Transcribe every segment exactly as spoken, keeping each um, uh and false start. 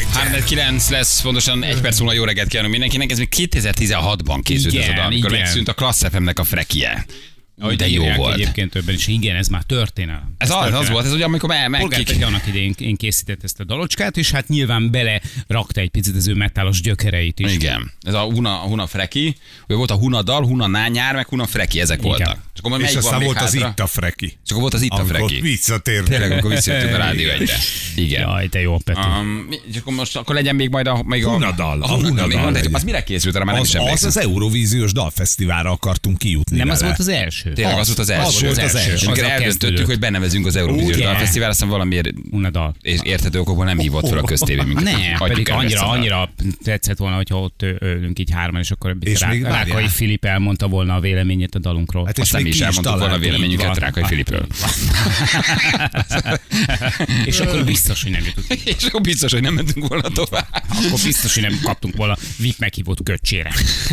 három kilenc lesz, pontosan egy perc múlva jó reggelt kívánunk mindenkinek. Ez még kétezer-tizenhatban készült Igen, ez a dal, amikor igen. megszűnt a Klassz ef em-nek a frekie. Ahogy De jó volt. Egyébként többen is. Igen, ez már történelem. Ez az, az volt, ez ugye amikor meg, meg Polgár Peti annak idején én készített ezt a dalocskát, és hát nyilván bele rakta egy picit az ő metálos gyökereit is. Igen, ez a Huna, a Huna Freki, ugye volt a Huna dal, Huna Nányár, meg Huna Freki, ezek Igen. voltak. És, akkor És aztán volt az Itt a Freki. És akkor volt az Itt a Amikor Freki. visszatértünk. Tényleg, amikor visszajöttünk a Rádió egyre. Igen. Jaj, te jó, Peti. Um, és akkor most akkor legyen még majd a... Még a Hunadal, a a Hunadal. Hunadal még van, de legyen. Az mire készült, arra már nem Az is az, emlékszem. az Eurovíziós dalfesztiválra akartunk kijutni Nem az vele. volt az első? Tényleg az volt az első. Az volt az első. Amikor Az a eldöntöttük, kezdődött. hogy benevezünk az Eurovíziós Ugye? Dalfesztiválra, aztán valamiért Hunadal. és érthető okokból nem hívott fel a köztévé minket. Nem, Hagyjuk pedig el ezt annyira, a dalt. annyira tetszett volna, hogyha ott ö, ülünk így hárman, és akkor És Rá, még Rákai várjál. Filip elmondta volna a véleményét a dalunkról. Hát Azt nem még is ki elmondtuk volna a találtuk. véleményünket Így van. Rákai Filipről. És akkor biztos, hogy nem jutunk. És akkor biztos, hogy nem mentünk volna tovább. Akkor biztos, hogy nem kaptunk volna vé i pé meghívott köcsére.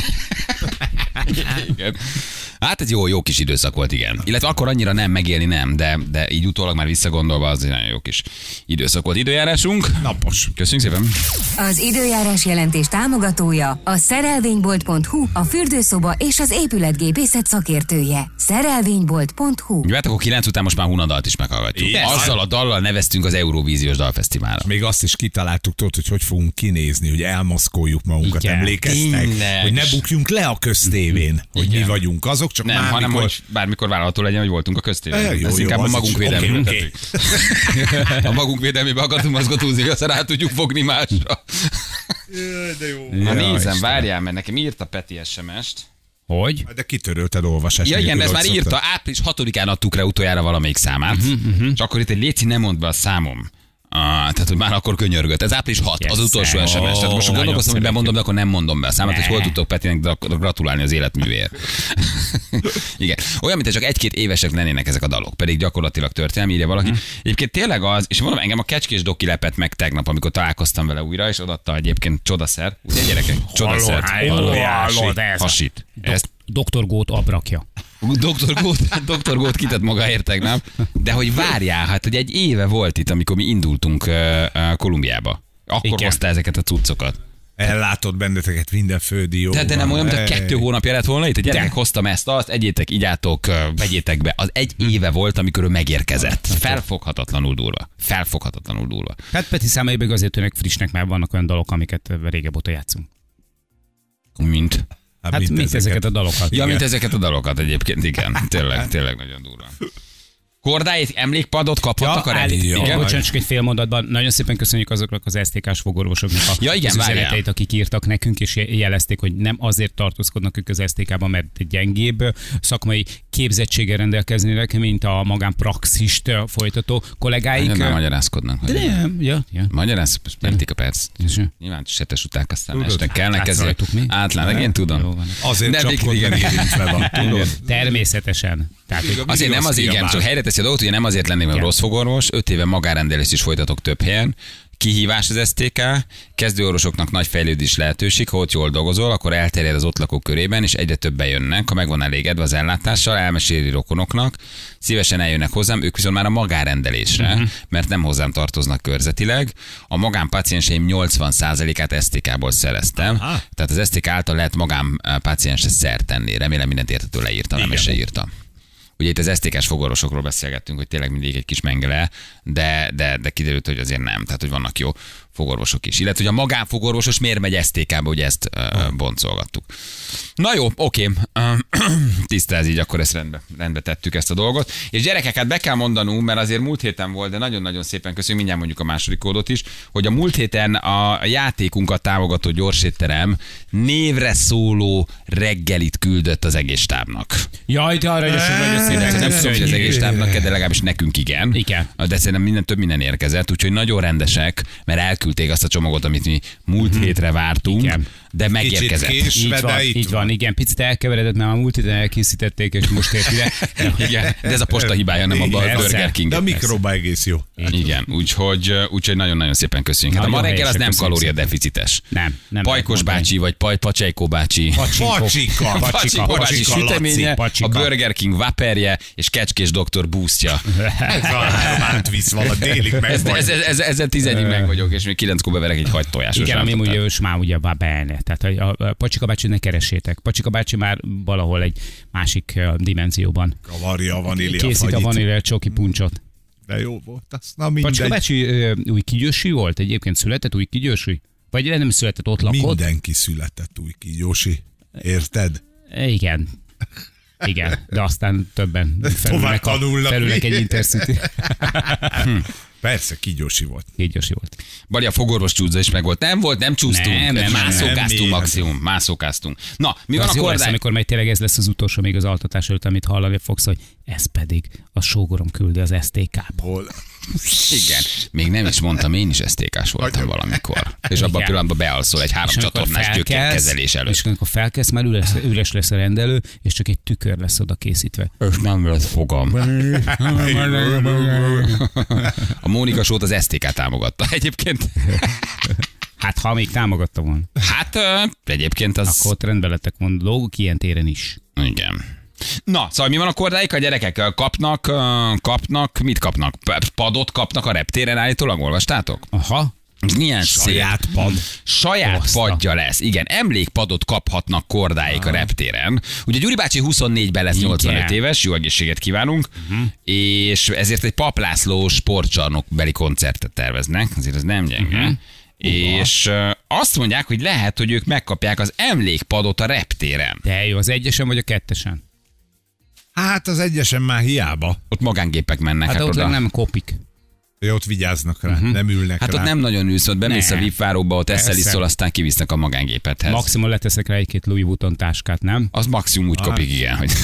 Igen. Hát ez jó, jó kis időszak volt, igen. Illetve akkor annyira nem, megélni nem, de, de így utólag már visszagondolva az egy nagyon jó kis időszak volt. Időjárásunk. Napos. Köszönjük szépen. Az időjárás jelentés támogatója a szerelvénybolt pont hu, a fürdőszoba és az épületgépészet szakértője. szerelvénybolt pont hu. Jó, hát akkor kilenc után most már Hunadalt is meghallgatjuk. Yes. Azzal a dallal neveztünk az Eurovíziós Dalfesztiválra. Még azt is kitaláltuk, tudod, hogy hogy fogunk kinézni, hogy elmaszkoljuk magunkat, Igen. emlékeztek? Tényleg. Hogy ne bukjunk le a köztévén, hogy Igen. mi vagyunk azok, csak Nem, már hanem mikor... hogy bármikor vállalható legyen, hogy voltunk a köztévében. E, jó, Ez jó, inkább a az magunk is. védelmében Oké, tettük. A magunk védelmébe akartunk mozgatózni, aztán rá tudjuk fogni másra. De jó. Na Ja, nézem, Istenem. várjál, mert nekem írta Peti es em est. Hogy? De kitörölted olvasás. Ja igen, de nélkül, ez már ahogy írta, szoktad. április hatodikán adtuk rá utoljára valamelyik számát, és akkor itt egy léci nem mondd be a számom. Ah, tehát, hogy már akkor könyörgött. Ez április hat, az Yes, utolsó es em es. Tehát most nagyon gondolkoztam, hogy bemondom, de akkor nem mondom be a számot, és Ne. hol tudtok Petinek gra- gratulálni az életművéért. Igen. Olyan, mint csak egy-két évesek lennének ezek a dalok, pedig gyakorlatilag történelmi, írja valaki. Egyébként tényleg az, és mondom, engem a Kecskés Doki lepett meg tegnap, amikor találkoztam vele újra, és odaadta egyébként csodaszer. Ugye gyerekek? Csodaszer. Hallod, hallod, ez a- Hasit. Ezt doktor Gót abrakja. doktor Gót, doktor Gót kitett magáért tegnap, de hogy várjál, hát hogy egy éve volt itt, amikor mi indultunk uh, uh, Kolumbiába. Akkor Igen. hozta ezeket a cuccokat. Ellátott benneteket minden földi De, de nem olyan, mint a Ej. kettő hónapja lett volna itt, a gyerekek De. hoztam ezt, azt, egyétek, igyátok, uh, vegyétek be. Az egy éve volt, amikor ő megérkezett. Felfoghatatlanul durva. Felfoghatatlanul durva. Hát Peti számáig azért tűnnek frissnek, mert vannak olyan dalok, amiket régebb óta játszunk. Mint? Hát mint, mint ezeket a dalokat. Ja, mint ezeket a dalokat egyébként, igen. Tényleg, tényleg nagyon durva. Kordáit emlékpadot kaphattak a Reddit. állít- Igen? Bocsánat, csak egy fél mondatban. Nagyon szépen köszönjük azoknak az es té ká-s fogorvosoknak a Ja, igen, az várjál. üzeneteit, akik írtak nekünk, és jelezték, hogy nem azért tartózkodnak ők az es té ká-ban, mert gyengébb szakmai képzettséggel rendelkeznének, mint a magánpraxist folytató kollégáik. Nem, nem magyarázkodnak. De nem, ja, ja. Magyaráz, mentik a perc. És- Nyilván setes uták, aztán Tudod, este kelnek hát ezért. rajtuk mi? Átlátnak, én Jó tudom. van. Azért Nem, csapkod, igen. meg érintve van, tudod? Természetesen. Tehát, hogy Azért nem az, igen, csak helyre teszi a dolgot, ugye nem azért lennék meg Igen. rossz fogorvos, öt éve magárendelést is folytatok több helyen, kihívás az es té ká, kezdőorvosoknak nagy fejlődés lehetőség, ha ott jól dolgozol, akkor elterjed az ott lakók körében, és egyre többen jönnek, ha meg van elégedve az ellátással, elmeséli rokonoknak, szívesen eljönnek hozzám, ők viszont már a magárendelésre, uh-huh. mert nem hozzám tartoznak körzetileg. A magánpacienseim nyolcvan százalékát es té ká-ból szereztem, Aha. tehát az es té ká által lehet magánpaciensre szert tenni. Remélem mindent értető leírtam, nem se írtam. Ugye itt az es té ká-s fogorvosokról beszélgettünk, hogy tényleg mindig egy kis mengele, de, de, de kiderült, hogy azért nem. Tehát, hogy vannak jó fogorvosok is. Illetve, hogy a magánfogorvosos miért megy es té ká-ba, ugye ezt uh, boncolgattuk. Na jó, oké. Uh, tisztáz így, akkor ezt rendbe, rendbe tettük ezt a dolgot. És gyerekek, hát be kell mondanunk, mert azért múlt héten volt, de nagyon-nagyon szépen köszönjük, mindjárt mondjuk a második kódot is, hogy a múlt héten a játékunkat támogató gyorsétterem névre szóló reggelit küldött az egész stábnak. jaj, de arra is vagy Nem tudom, hogy az egész stábnak, de legalábbis nekünk igen. Igen. De szerintem minden, több minden érkezett, úgyhogy nagyon rendesek, mert elküldték azt a csomagot, amit mi múlt hétre vártunk, Igen. de megérkezett. Kicsit késve, Így de van, itt így van, igen. Picit elkeveredett, mert a múlt héten elkészítették, és most ért ide. Igen, de ez a posta hibája, nem a Persze. Burger King. De a mikroba egész jó. Igen, úgyhogy, úgyhogy nagyon-nagyon szépen köszönjük. Hát a ma Nagyon reggel az helyesek, nem köszönjük kalóriadeficites. Nem, nem. Pajkos lehet bácsi, vagy Paj, Pacsejkó bácsi. mondani. Pacsika. Pacsika bácsi Pacsika süteménye, Laci. a Pacsika. Burger King vaperje, fehérje és Kecskés doktor boostja. Ez a három átvisz vala délig meg Ez, vagy. ez, ez, ezzel tizedig meg vagyok, és még kilenckor beverek egy hagy tojásos. Igen, ami rántottát. ugye ős már ugye benne. Tehát a, a, a Pacsika bácsi ne keressétek. Pacsika bácsi már valahol egy másik uh, dimenzióban. Kavarja a vanília Készít a fagyit. vanília csoki puncsot. De jó volt, azt na Pacsika mindegy. bácsi uh, új kigyősű volt? Egyébként született új kigyősű? Vagy nem született, ott lakott? Mindenki született új kígyósi. Érted? Igen. Igen, de aztán többen felülnek, a, tanulnak felülnek mi? egy intercity. Persze, kígyósi volt. Kigyősű volt. Bali a fogorvos csúdza is meg volt. Nem volt, nem csúsztunk. Nem, nem, nem, mászókáztunk nem, maximum. Mászókáztunk. Na, mi van Az a jó lesz, kordány? amikor majd tényleg ez lesz az utolsó még az altatás előtt, amit hallani fogsz, hogy ez pedig a sógorom küldi az es té ká-ba. Hol? Igen. Még nem is mondtam, én is esztékás voltam Nagyon. valamikor. És abban a Igen. pillanatban bealszol egy három És amikor csatornás felkelsz, gyökérkezelés előtt. És amikor felkelsz, már üres, üres lesz a rendelő, és csak egy tükör lesz oda készítve. És nem lesz fogam. A Mónika Sót az es té ká támogatta egyébként. Hát ha még támogatta volna, Hát ö, egyébként az... akkor ott rendben lettek volna dolgok ilyen téren is. Igen. Na, szóval mi van a kordáik? A gyerekek kapnak, ö, kapnak, mit kapnak? P- Padot kapnak a reptéren állítólag, olvastátok? Aha. Milyen Saját szép. pad. Saját Oszta. padja lesz. Igen, emlékpadot kaphatnak kordáik a reptéren. Ugye Gyuri bácsi huszonnégyben lesz Igen. nyolcvanöt éves, jó egészséget kívánunk, uh-huh. és ezért egy Pap László sportcsarnokbeli koncertet terveznek, azért ez nem gyenge. Uh-huh. És ö, azt mondják, hogy lehet, hogy ők megkapják az emlékpadot a reptéren. De jó, az egyesen vagy a kettesen? Hát az egyesen már hiába. Ott magángépek mennek. Hát, hát ott oda. nem kopik. Hogy ott vigyáznak rá, uh-huh. nem ülnek Hát rá. ott nem nagyon ülsz, ott bemész Ne. a vé i pé-váróba, ott eszel, Persze. iszol, aztán kivisznek a magángépedhez. Maximum leteszek rá egy-két Louis Vuitton táskát, nem? Az maximum úgy kopik, igen, hogy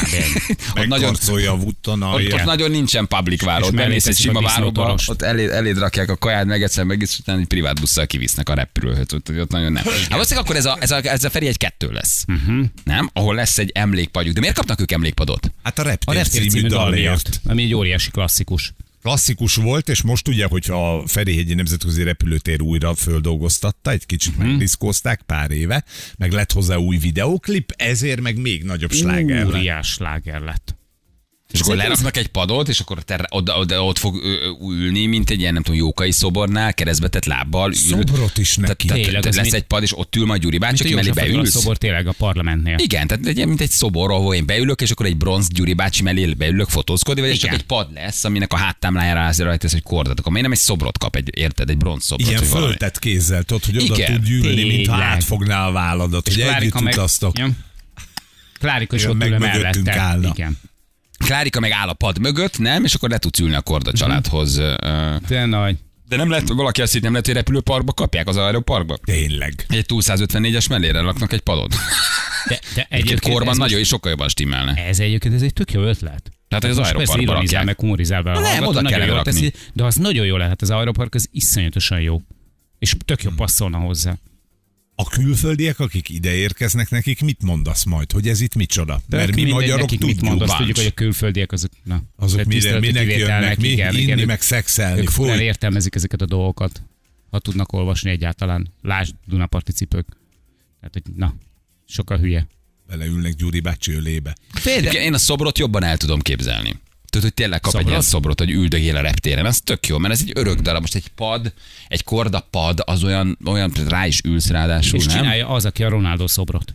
ott nagyon, Megkarcolja a Vuitton ott, alja. ott nagyon nincsen public váró, És ott mellé bemész egy teszik a sima váróba, disznótorost. ott eléd, eléd rakják a kaját, megegyszer meg, és utána egy privát busszal kivisznek a repülőhöz, ott, ott nagyon nem. Hát valószínűleg akkor ez a, ez a, ez a Feri egy kettő lesz, uh-huh. nem? Ahol lesz egy emlékpadjuk. De miért kapnak ők emlékpadot? Hát a A Reptér, Reptér című dal dalért. miatt, ami egy óriási klasszikus. Klasszikus volt, és most ugye, hogy a Ferihegyi Nemzetközi Repülőtér újra földolgoztatta, egy kicsit Mhm. uh-huh. megdiszkózták pár éve, meg lett hozzá új videóklip, ezért meg még nagyobb sláger lett. Óriás sláger lett. És akkor leraknak egy padot, és akkor te oda, oda, ott fog ö, ö, ülni, mint egy ilyen, nem tudom, jókai szobornál, keresztbetett lábbal. Ül. Szobrot is neki. Tehát, Tényleg, tehát az lesz mint- egy pad, és ott ül majd Gyuri bácsi, Mint a aki mellé József Attila beülsz. szobor tényleg a parlamentnél. Igen, tehát egy, mint egy szobor, ahol én beülök, és akkor egy bronz Gyuri bácsi mellé beülök fotózkodni, vagy ez csak Igen. egy pad lesz, aminek a háttámlájára állsz rajta, ez, hogy kordat. Akkor miért nem egy szobrot kap, egy, érted, egy bronz szobrot? Ilyen vagy valami. föltett kézzel, tudod, hogy oda Igen, tud gyűlölni, mintha tényleg. átfogná a válladat, hogy együtt utaztok. Ja. Klárika is Igen, ott meg ül mögöttünk mellette. állna. Igen. Klárika meg áll a pad mögött, nem? És akkor le tudsz ülni a Korda családhoz. ö, De nagy. De nem lehet, valaki azt hitt, nem lehet, hogy repülőparkba kapják az aeroparkba? Tényleg. Egy túl százötvennégyes mellére laknak egy padot. De, de Egyébként korban ez nagyon is sokkal jobban stimmelne. most- Ez egyébként ez egy tök jó ötlet. Tehát, hogy az Most persze aeroparkba ironizál, rakják. meg humorizál vele. Na nem, hallgató, oda nagyon kellene jól rakni. teszi, de az nagyon jó lehet, az aeropark az iszonyatosan jó. És tök jó passzolna hozzá. A külföldiek, akik ide érkeznek, nekik mit mondasz majd, hogy ez itt micsoda? Mert mi Mindegy, magyarok nekik mit tudjuk. mondasz, Bunch. tudjuk, hogy a külföldiek azok, na, Azok mire, tiszteletű minek kivételnek, jönnek, mi? igen, igen, Inni, ők- meg szexelni. Ők furán Fúj. értelmezik ezeket a dolgokat, ha tudnak olvasni egyáltalán. Lásd Dunaparti cipők. Tehát, hogy na, sokkal hülye. Beleülnek Gyuri bácsi ölébe. Félre. Én a szobrot jobban el tudom képzelni. Tudod, hogy tényleg kap Szobrot? egy ilyen szobrot, hogy üldögél a reptéren. Az tök jó, mert ez egy örök darab. Most egy pad, egy korda pad, az olyan, olyan rá is ülsz ráadásul, És nem? csinálja az, aki a Ronaldo szobrot.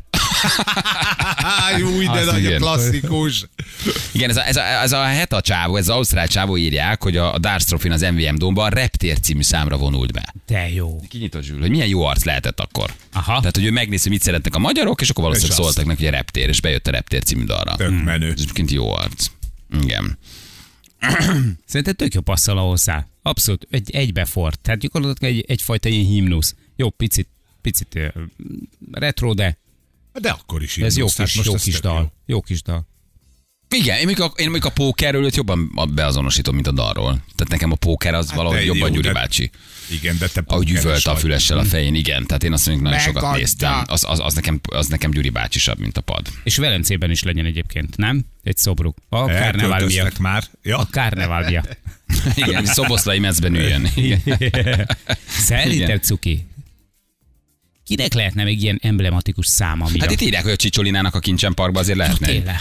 Á, jó, de Azt nagy a igen. klasszikus. Igen, ez a, ez a, ez a heta csávó, ez az ausztrál csávó írják, hogy a, a Darts Trophy-n az em vé em Domba a Reptér című számra vonult be. De jó. Kinyitott Zsül, hogy milyen jó arc lehetett akkor. Aha. Tehát, hogy ő megnézi, mit szeretnek a magyarok, és akkor valószínűleg És szóltak neki, hogy a Reptér, és bejött a Reptér című dalra. Tök menő. Ez egyébként jó arc. Igen. Szerintem tök jó passzol hozzá. Abszolút, egy, egybefort. Tehát gyakorlatilag egy, egyfajta ilyen himnusz. Jó, picit, picit uh, retro, de De akkor is ez jó indulsz, tehát kis, most jó ez kis tök dal. jó. Jó kis dal. Igen, én mondjuk a, én mondjuk a pókerről őt jobban beazonosítom, mint a dalról. Tehát nekem a póker az Hát valahogy de jobban jó, Gyuri de- bácsi. Igen, de te Ahogy pókeres üvölt a vagy. fülessel a fején, igen. Tehát én azt mondjuk nagyon sokat Megadja. néztem. Az, az, az, nekem, az nekem Gyuri bácsisabb, mint a pad. És Velencében is legyen egyébként, nem? Egy szobruk. A karnevál Elköltöztek miatt. már. Ja. A karnevál miatt. Igen, egy szoboszlai mezben üljön. Igen. Szerintem Igen. cuki. Kinek lehetne még ilyen emblematikus száma? Ami Hát a... itt írják, hogy a Csicsolinának a Kincsen Parkban azért lehetne. Tényleg.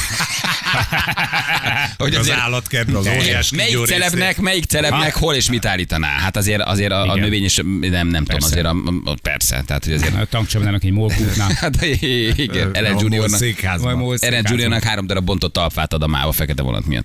Hogy Az azért- állatkertben, az óriás Melyik kígyó celebnek, részén. melyik celebnek hol és mit állítaná? Hát azért, azért a, a Igen. növény is, nem, nem tudom, Persze. azért a, a, persze, tehát hogy azért... A tankcsapdának egy molkútnál. Hát igen, Ellen A Juniornak, székházban. Ellen Juniornak három darab bontott alfát ad a máva fekete vonat miatt.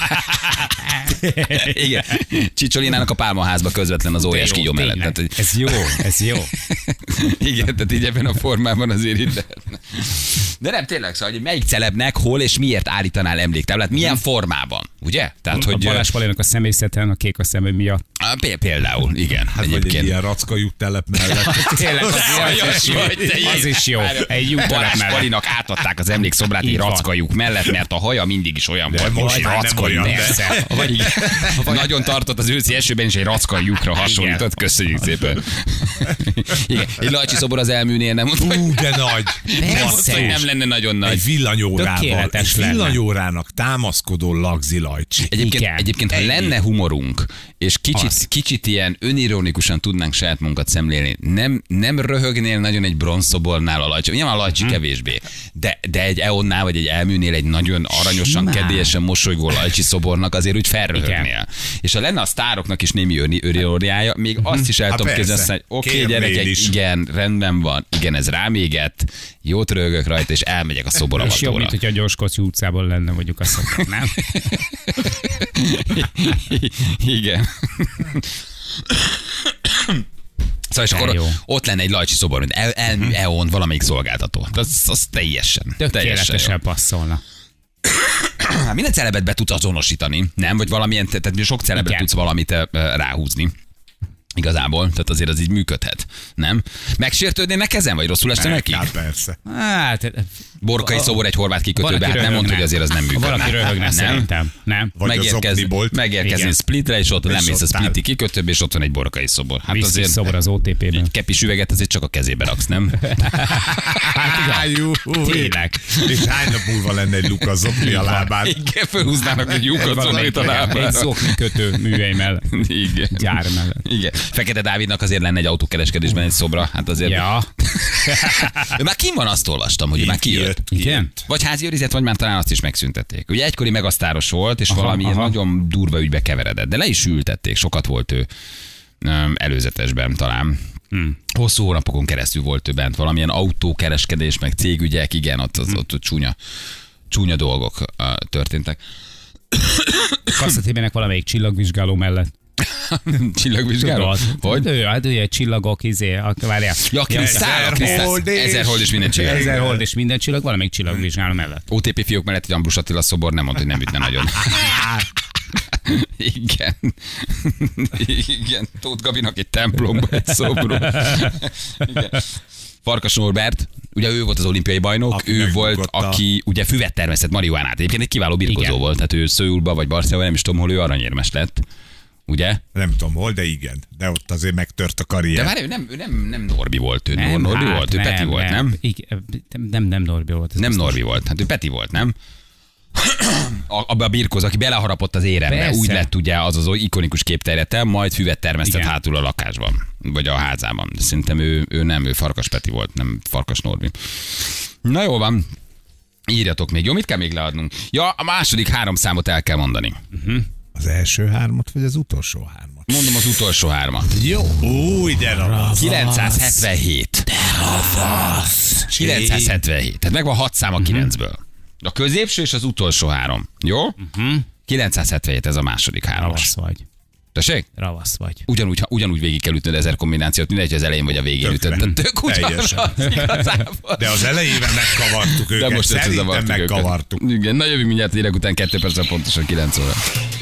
Igen. Csicsolinának a pálmaházba közvetlen az óriás Jó, kígyó mellett. tényleg. Tehát, hogy... Ez jó, ez jó. Igen, tehát így ebben a formában azért itt lehetne. De nem tényleg, szóval, hogy melyik celebnek hol és miért állítanál emléktáblát, milyen formában, ugye? Tehát, A hogy Balázs Palénak a személyzeten, a kék a szeme miatt. á, pé- például, igen. Hát vagy egy ilyen rackajú telep mellett. Tényleg, az, az, is jó. Az is jó. Egy jó telep Balázs mellett. Palinak átadták az emlékszobrát egy Így van. rackajuk mellett, mert a haja mindig is olyan De volt, most egy már nem rackajú. olyan, de- Persze. Vagy, igen. Nagyon tartott az őszi esőben, és egy rackajukra hasonlított. Köszönjük szépen. Igen. Egy lajcsi szobor az elműnél nem mondta, hogy Ú, de nagy. nem, mondta, hogy Basszus. nem lenne nagyon nagy. Egy villanyórával, Tökéletes egy lenne. villanyórának támaszkodó lagzilajcsi. Egyébként, Igen. egyébként ha Ennyi. lenne humorunk, és kicsit, Az. kicsit ilyen önironikusan tudnánk saját munkat szemlélni, nem, nem röhögnél nagyon egy bronzszobornál a lajcsi, nyilván a lajcsi Hm. kevésbé, de, de egy eonnál vagy egy elműnél egy nagyon aranyosan, Simán. kedélyesen mosolygó lajcsi szobornak azért úgy felröhögnél. Igen. És ha lenne a sztároknak is némi öni- öniróniája, még azt is el Hát tudom persze. képzelni, hogy oké, okay, Kérnél gyerekek, is. igen, rendben van, igen, ez rám égett, jót röhögök rajta, és elmegyek a És jobb, szoboravatóra. mint hogyha a Gyorskocsi utcában lenne mondjuk a szokott, nem? Igen. Szóval és De akkor jó. ott lenne egy lajcsi szobor, mint El, El, E.ON valamelyik szolgáltató. Az, az teljesen. teljesen Tökéletesen jó. passzolna. Hát minden celebet be tudsz azonosítani, nem? Vagy valamilyen, tehát sok celebre Igen. tudsz valamit ö, ráhúzni. Igazából, tehát azért az így működhet, nem? Megsértődnének ezen, vagy rosszul este neki? Hát persze. Hát, Borkai szobor egy horvát kikötőbe, valaki hát nem mondta, hogy röhögne. azért az nem működne. Valaki röhögne nem? szerintem. Nem? Vagy az Megérkez, Omnibolt. megérkezni Igen. Splitre, és ott És lemész a ott áll. Spliti kikötőbe, és ott van egy borkai szobor. Hát Viszki azért szobor az o té pében. egy kepis üveget azért csak a kezébe raksz, nem? Hát igen. Tényleg. És hány nap múlva lenne egy Lukas zokni a lábán? Igen, felhúznának egy lyukat Valamelyik zomit a egy lábára. zokni kötő műhely mellett. Igen. Gyár mellett. Igen. Fekete Dávidnak azért lenne egy autókereskedésben egy szobra. Hát azért. Ja. Ő már kim van, azt olvastam, hogy ő már kijött. Igen? Vagy házi őrizet, vagy már talán azt is megszüntették. Ugye egykori megasztáros volt, és Aha, valami aha. nagyon durva ügybe keveredett. De le is ültették, sokat volt ő öm, előzetesben talán. Hmm. Hosszú hónapokon keresztül volt ő bent. Valamilyen autókereskedés, meg cégügyek, igen, ott, ott, ott, ott csúnya, csúnya dolgok uh, történtek. Kasszatébenek valamelyik csillagvizsgáló mellett. Csillagvizsgáló? Tudod? Hogy? Ő, hát ő egy csillagok, izé, ak- várjál. Ja, Krisztál, Krisztál. hold és- Ezer hold és minden csillag. Ezer hold és minden csillag, valamelyik csillagvizsgáló mellett. o té pé fiók mellett egy Ambrus Attila szobor nem mondta, hogy nem ütne nagyon. Igen. Igen. Tóth Gabinak egy templomban egy szobró. Igen. Farkas Norbert, ugye ő volt az olimpiai bajnok, Aki ő megbukott volt, a- aki ugye füvet termesztett marihuánát. Egyébként egy kiváló birkozó Igen. volt, tehát ő Szöulba vagy Barcelonában, nem is tudom, hol ő aranyérmes lett. Ugye? Nem tudom hol, de igen. De ott azért megtört a karrier. De várj, ő nem, ő nem, nem Norbi volt, ő nem, Norbi volt, ő Peti volt, nem? Igen, nem, nem Norbi volt. ez Nem biztos. Norbi volt, hát ő Peti volt, nem? A, abba a birkóz, aki beleharapott az érembe, Persze. úgy lett ugye az az ikonikus kép terjedt el, majd füvet termesztett Igen. hátul a lakásban, vagy a házában. De szerintem ő, ő nem, ő Farkas Peti volt, nem Farkas Norbi. Na jó van, írjatok még. Jó, mit kell még leadnunk? Ja, a második három számot el kell mondani. Az első hármat, vagy az utolsó hármat? Mondom az utolsó hármat. Jó. Új, de ravasz. kilencszázhetvenhét. kilencszázhetvenhét. Tehát megvan hat szám a kilencből. A középső és az utolsó három. Jó? kilencszázhetvenhét, ez a második hármas. Ravasz vagy. Tessék? Ravasz vagy. Ugyanúgy, ha, ugyanúgy végig kell ütnöd ezer kombinációt, mindegy, hogy az elején vagy a végén Tökre. ütöd. Tök Teljesen. ugyanaz igazából. De az elejében megkavartuk őket. De most Szerintem összezavartuk őket. megkavartuk. Igen, na jövünk mindjárt hírek után, kettő percre pontosan kilenc óra.